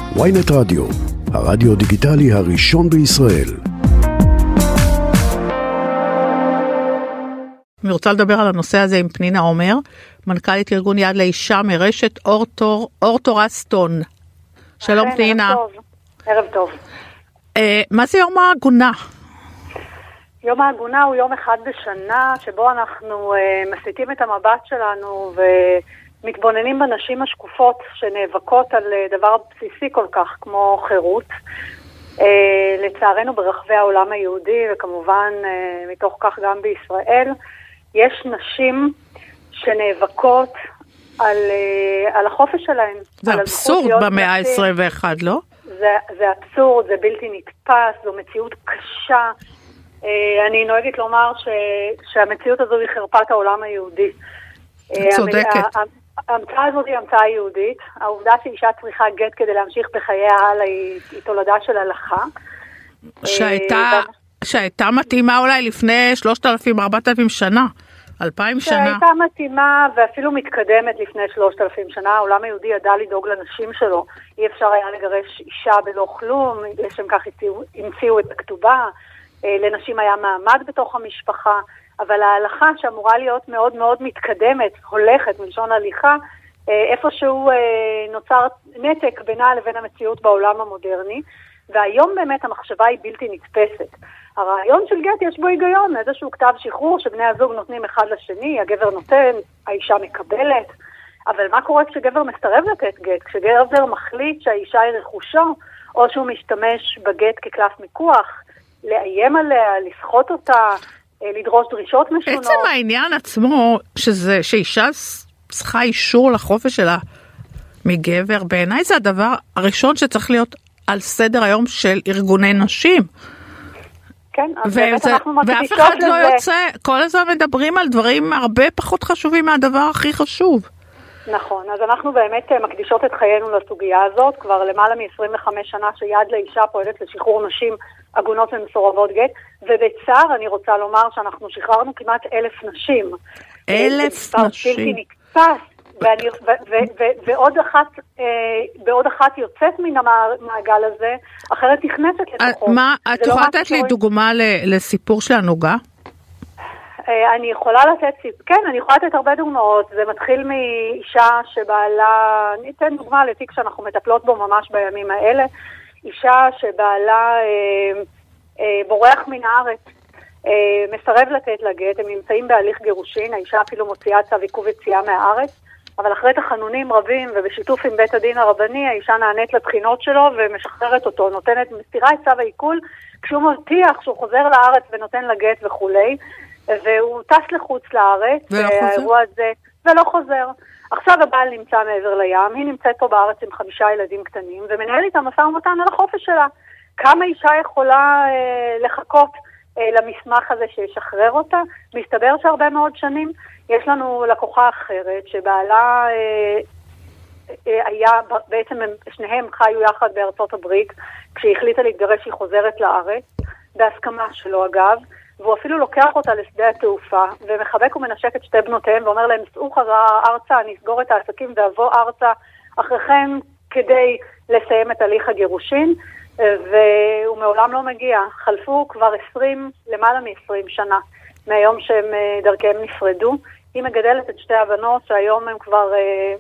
ynet רדיו, הרדיו דיגיטלי הראשון בישראל. אני רוצה לדבר על הנושא הזה עם פנינה עומר, מנכ"לית ארגון יד לאישה מרשת אור תורה סטון. שלום פנינה. ערב טוב. מה זה יום העגונה? יום העגונה הוא יום אחד בשנה שבו אנחנו מסיטים את המבט שלנו ומתבוננים בנשים השקופות שנאבקות על דבר בסיסי כל כך כמו חירות. לצערנו ברחבי העולם היהודי וכמובן מתוך כך גם בישראל יש נשים שנאבקות על החופש שלהן. זה אבסורד במאה ה-21, לא? זה אבסורד, זה בלתי נתפס, זו מציאות קשה. אני נוהגת לומר שהמציאות הזו היא חרפת העולם היהודי. צודקת. ההמצאה הזאת היא המצאה יהודית. העובדה שאישה צריכה גט כדי להמשיך בחייה הלאה היא תולדה של הלכה. שהייתה מתאימה אולי לפני 3,000-4,000 שנה, 2,000 שנה. שהייתה מתאימה ואפילו מתקדמת לפני 3,000 שנה. העולם היהודי ידע לדאוג לנשים שלו. אי אפשר היה לגרש אישה בלא כלום, לשם כך המציאו את הכתובה. לנשים היה מעמד בתוך המשפחה, אבל ההלכה שאמורה להיות מאוד מאוד מתקדמת, הולכת מלשון הליכה, איפשהו נוצר נתק בינה לבין המציאות בעולם המודרני, והיום באמת המחשבה היא בלתי נתפסת. הרעיון של גט יש בו היגיון, איזשהו כתב שחרור שבני הזוג נותנים אחד לשני, הגבר נותן, האישה מקבלת, אבל מה קורה כשגבר מסרב לתת גט? כשגבר מחליט שהאישה היא רכושו, או שהוא משתמש בגט כקלף מיקוח, לאיים עליה, לסחוט אותה, לדרוש דרישות משונות. עצם העניין עצמו, שאישה צריכה אישור לחופש שלה מגבר, בעיניי זה הדבר הראשון שצריך להיות על סדר היום של ארגוני נשים. כן, אז באמת אנחנו ואף אחד לא יוצא, כל הזמן מדברים על דברים הרבה פחות חשובים מהדבר הכי חשוב. נכון, אז אנחנו באמת מקדישות את חיינו לסוגיה הזאת, כבר למעלה מ-25 שנה שיד לאישה פועלת לשחרור נשים עגונות ומסורבות גט, ובצער אני רוצה לומר שאנחנו שחררנו כמעט 1,000 נשים. 1,000 נשים. ועוד אחת יוצאת מן המעגל הזה, אחרת נכנסת לתוכו. את יכולה לתת לי דוגמה לסיפור של הנוגה? אני יכולה לתת הרבה דוגמאות. זה מתחיל מאישה שבעלה, ניתן דוגמה לתיק שאנחנו מטפלות בו ממש בימים האלה, אישה שבעלה בורח מן הארץ, מסרב לתת לגט, הם נמצאים בהליך גירושין, האישה אפילו מוציאה צו עיכוב יציאה מהארץ, אבל אחרי תחנונים רבים ובשיתוף עם בית הדין הרבני, האישה נענית לבחינות שלו ומשחררת אותו, מסתירה את צו העיקול, כשהוא מבטיח שהוא חוזר לארץ ונותן לגט וכולי, והוא טס לחוץ לארץ, והאירוע הזה, ולא חוזר. עכשיו הבעל נמצא מעבר לים, היא נמצאת פה בארץ עם 5 ילדים קטנים, ומנהל איתה משא ומתן על החופש שלה. כמה אישה יכולה לחכות למסמך הזה שישחרר אותה? מסתבר שהרבה מאוד שנים. יש לנו לקוחה אחרת שבעלה היה, בעצם שניהם חיו יחד בארצות הברית, כשהיא החליטה להתגרש היא חוזרת לארץ, בהסכמה שלו אגב, והוא אפילו לוקח אותה לשדה התעופה, ומחבק ומנשק את שתי בנותיהם, ואומר להם, סעו חזרה ארצה, אני אסגור את העסקים ואבוא ארצה אחריכם כדי לסיים את הליך הגירושין, והוא מעולם לא מגיע. חלפו כבר למעלה מ-20 שנה, מהיום שהם דרכיהם נפרדו. היא מגדלת את שתי הבנות, שהיום הם כבר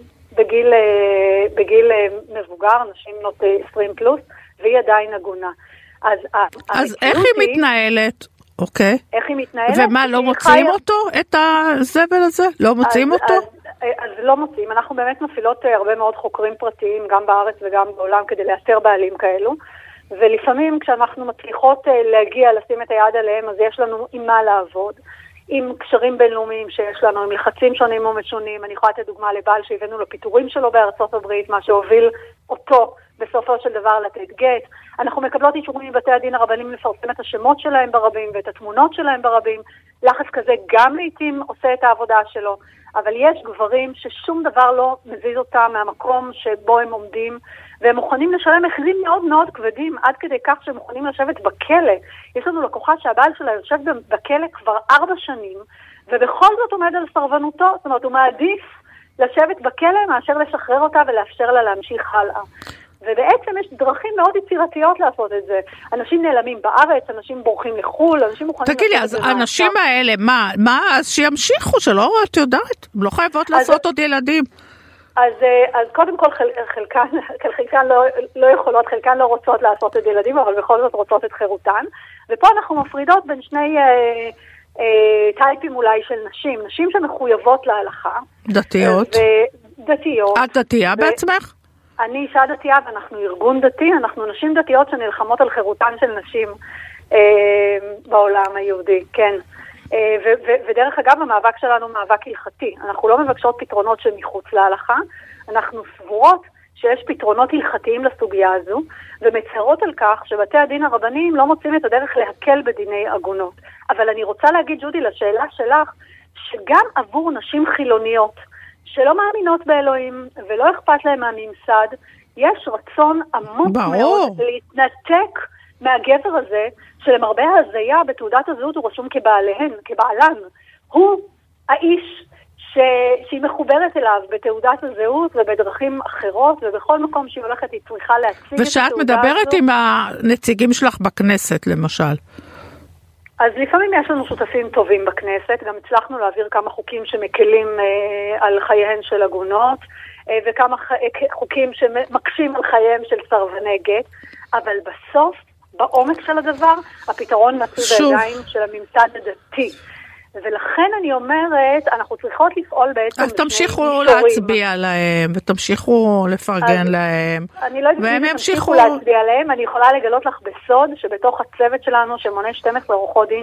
בגיל מבוגר, נשים בנות 20 פלוס, והיא עדיין עגונה. אז איך היא מתנהלת? אוקיי. איך היא מתנהלת? ומה, לא מוצאים אותו? את הזבל הזה? לא מוצאים אותו? אז לא מוצאים. אנחנו באמת מפעילות הרבה מאוד חוקרים פרטיים, גם בארץ וגם בעולם, כדי לאתר בעלים כאלו. ולפעמים כשאנחנו מצליחות להגיע, לשים את היד עליהם, אז יש לנו עם מה לעבוד. עם קשרים בינלאומיים שיש לנו, עם לחצים שונים ומשונים. אני יכולה לתת דוגמה לבעל שהבאנו לפיטורים שלו בארצות הברית, מה שהוביל אותו בסופו של דבר לתת גט. אנחנו מקבלות אישורים מבתי הדין הרבנים לפרסם את השמות שלהם ברבים ואת התמונות שלהם ברבים. לחץ כזה גם לעתים עושה את העבודה שלו, אבל יש גברים ששום דבר לא מזיז אותם מהמקום שבו הם עומדים, והם מוכנים לשלם מחירים מאוד מאוד כבדים, עד כדי כך שהם מוכנים לשבת בכלא. יש לנו לקוחה שהבעל שלה יושב בכלא כבר 4 שנים, ובכל זאת עומד על סרבנותו, זאת אומרת, הוא מעדיף לשבת בכלא מאשר לשחרר אותה ולאפשר לה להמשיך הלאה. ובעצם יש דרכים מאוד יצירתיות לעשות את זה. אנשים נעלמים בארץ, אנשים בורחים לחול, אנשים מוכנים... תגידי, אז האנשים האלה, מה, אז שימשיכו, שלא, את יודעת, לא חייבות לעשות עוד ילדים. אז קודם כל חלקן לא יכולות, חלקן לא רוצות לעשות את ילדים, אבל בכל זאת רוצות את חירותן. ופה אנחנו מפרידות בין שני טייפים אולי של נשים. נשים שמחויבות להלכה. דתיות. דתיות. את דתייה בעצמך? אני אישה דתייה ואנחנו ארגון דתי, אנחנו נשים דתיות שנלחמות על חירותן של נשים בעולם היהודי, כן. ודרך אגב, המאבק שלנו הוא מאבק הלכתי. אנחנו לא מבקשות פתרונות שמחוץ להלכה, אנחנו סבורות שיש פתרונות הלכתיים לסוגיה הזו, ומצרות על כך שבתי הדין הרבניים לא מוצאים את הדרך להקל בדיני עגונות. אבל אני רוצה להגיד, ג'ודי, לשאלה שלך, שגם עבור נשים חילוניות, שלא מאמינות באלוהים ולא אכפת להם מהממסד, יש רצון עמוק מאוד להתנתק מהגבר הזה, שלמרבה ההזיה בתעודת הזהות הוא רשום כבעלן. הוא האיש שהיא מחוברת אליו בתעודת הזהות ובדרכים אחרות, ובכל מקום שהיא הולכת היא צריכה להציג את התעודה הזו. ושאת מדברת עם הנציגים שלך בכנסת, למשל. אז לפעמים יש לנו שותפים טובים בכנסת, גם הצלחנו להעביר כמה חוקים שמקלים על חייהן של עגונות, וכמה חוקים שמקשים על חייהם של סרבני גט, אבל בסוף, בעומק של הדבר, הפתרון מצוי בידיים של הממסד הדתי. ולכן אני אומרת, אנחנו צריכות לפעול בעצם... אז תמשיכו להצביע להם, ותמשיכו לפרגן להם, והם ימשיכו להצביע להם. אני יכולה לגלות לך בסוד, שבתוך הצוות שלנו, שמונה 12 עורכות דין,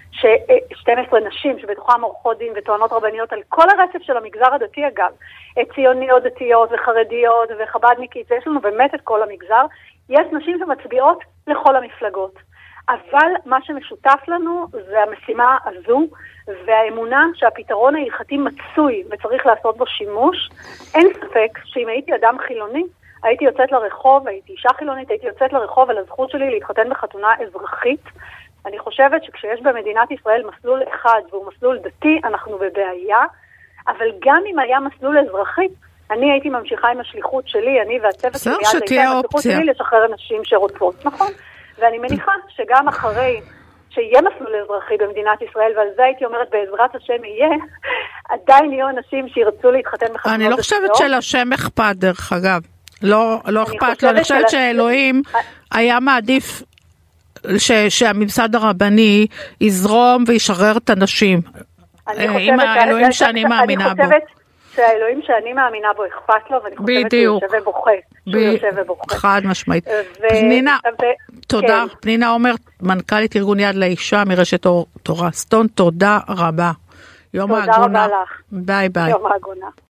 12 נשים, שבתוכם עורכות דין וטוענות רבניות על כל הרצף של המגזר הדתי אגב, ציוניות דתיות וחרדיות וחבדניקית, יש לנו באמת את כל המגזר, יש נשים שמצביעות לכל המפלגות. אבל מה שמשותף לנו זה המשימה הזו, והאמונה שהפתרון ההלכתי מצוי וצריך לעשות בו שימוש. אין ספק שאם הייתי אדם חילוני, הייתי יוצאת לרחוב, הייתי אישה חילונית, הייתי יוצאת לרחוב על הזכות שלי להתחתן בחתונה אזרחית. אני חושבת שכשיש במדינת ישראל מסלול אחד והוא מסלול דתי, אנחנו בבעיה, אבל גם אם היה מסלול אזרחי, אני הייתי ממשיכה עם השליחות שלי, אני והצוות שלי, השליחות שלי לשחרר אנשים שרוצות, נכון? ואני מניחה שגם אחרי שיהיה מסלול אזרחי במדינת ישראל, ועל זה הייתי אומרת בעזרת השם יהיה, עדיין יהיו אנשים שירצו להתחתן בחתונות דתיות. אני לא חושבת שלשם אכפת דרך אגב. לא אכפת לו. אני חושבת שאלוהים היה מעדיף שהממסד הרבני יזרום וישחרר את הנשים. עם האלוהים שאני מאמינה בו. אני חושבת שהאלוהים שאני מאמינה בו אכפת לו, ואני חושבת שהוא שווה בוכה. חד משמעית. פנינה, תודה. פנינה עומר, מנכ"לית ארגון יד לאישה מרשת תורה סטון, תודה רבה. יום העגונה. תודה רבה לך. ביי ביי. יום העגונה.